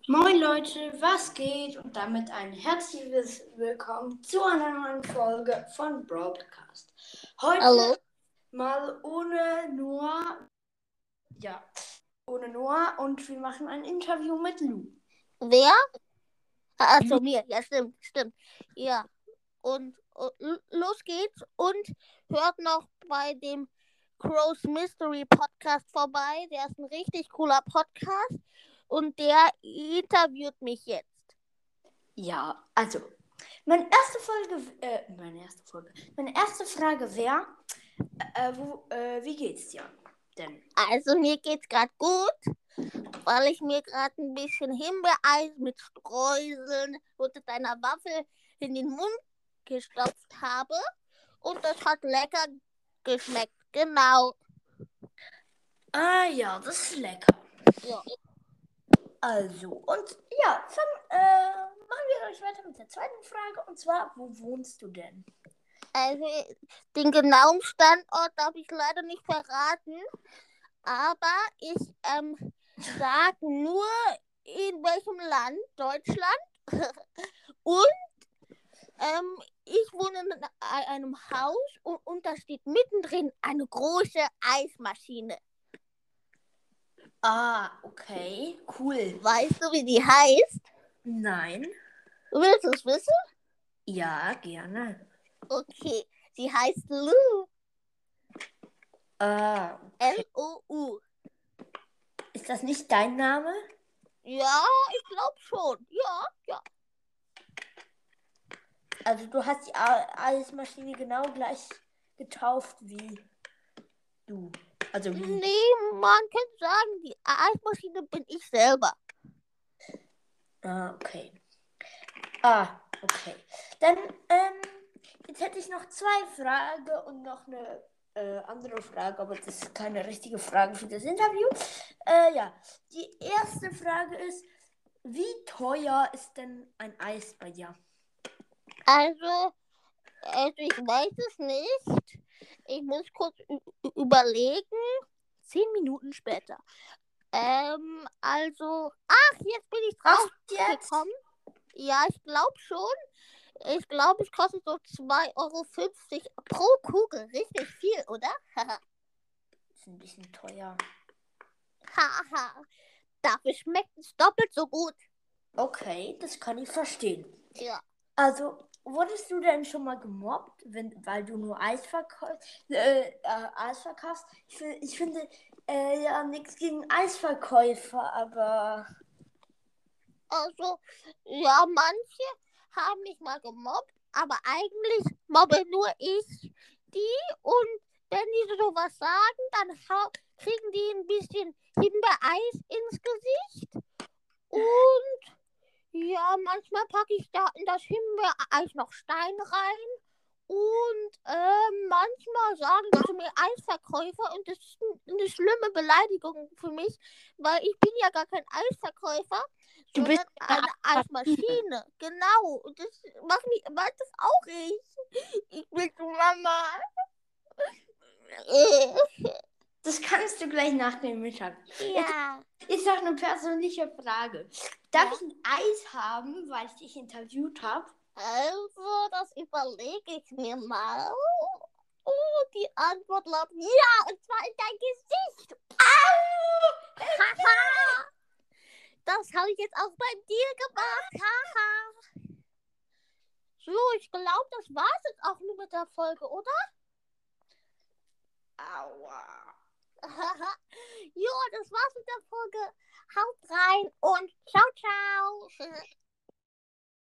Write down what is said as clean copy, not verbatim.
Moin Leute, was geht? Und damit ein herzliches Willkommen zu einer neuen Folge von Broadcast. Heute Hallo. mal ohne Noah. Ja, ohne Noah und wir machen ein Interview mit Lou. Wer? Achso, mir. Ja, stimmt. Ja. Und los geht's. Und hört noch bei dem Crow's Mystery Podcast vorbei. Der ist ein richtig cooler Podcast. Und der interviewt mich jetzt. Ja, also, meine erste Frage wäre, wie geht's dir denn? Also mir geht's gerade gut, weil ich mir gerade ein bisschen Himbeereis mit Streuseln unter deiner Waffel in den Mund gestopft habe. Und das hat lecker geschmeckt. Genau. Ah ja, das ist lecker. Ja. Also, und ja, machen wir gleich weiter mit der zweiten Frage. Und zwar, wo wohnst du denn? Also den genauen Standort darf ich leider nicht verraten, aber ich sage nur, in welchem Land, Deutschland. Und ich wohne in einem Haus und da steht mittendrin eine große Eismaschine. Ah, okay, cool. Weißt du, wie die heißt? Nein. Willst du es wissen? Ja, gerne. Okay, sie heißt Lou. Ah, okay. Lou. Ist das nicht dein Name? Ja, ich glaube schon. Ja. Also du hast die Eismaschine genau gleich getauft wie du. Also wie. Nee, man könnte sagen, die Eismaschine bin ich selber. Ah, okay. Okay. Dann, jetzt hätte ich noch zwei Fragen und noch eine andere Frage, aber das ist keine richtige Frage für das Interview. Ja, die erste Frage ist, wie teuer ist denn ein Eis bei dir? Also ich weiß es nicht. Ich muss kurz überlegen. 10 Minuten später. Jetzt bin ich drauf gekommen. Ja, ich glaube schon. Ich glaube, es kostet so 2,50 € pro Kugel. Richtig viel, oder? Das ist ein bisschen teuer. Haha. Dafür schmeckt es doppelt so gut. Okay, das kann ich verstehen. Ja. Also, wurdest du denn schon mal gemobbt, weil du nur Eis verkaufst? Ich finde ja nichts gegen Eisverkäufer, aber. Also, ja, manche haben mich mal gemobbt, aber eigentlich mobbe nur ich die. Und wenn die sowas sagen, dann kriegen die ein bisschen Himbeereis ins Gesicht. Und ja, manchmal packe ich da in das Himbeereis noch Stein rein. Und manchmal sagen die zu mir Eisverkäufer und das ist eine schlimme Beleidigung für mich, weil ich bin ja gar kein Eisverkäufer, Du bist sondern eine Eismaschine. Genau. Und das macht das auch ich. Ich bin zu Mama. Das kannst du gleich nach dem Mittag. Ja. Ist doch eine persönliche Frage. Darf ich ein Eis haben, weil ich dich interviewt habe? Also, das überlege ich mir mal. Oh, die Antwort lautet ja, und zwar in dein Gesicht. Au! Haha! Das habe ich jetzt auch bei dir gemacht. Haha! So, ich glaube, das war es jetzt auch nur mit der Folge, oder? Aua. Jo, das war's mit der Folge. Haut rein und ciao, ciao.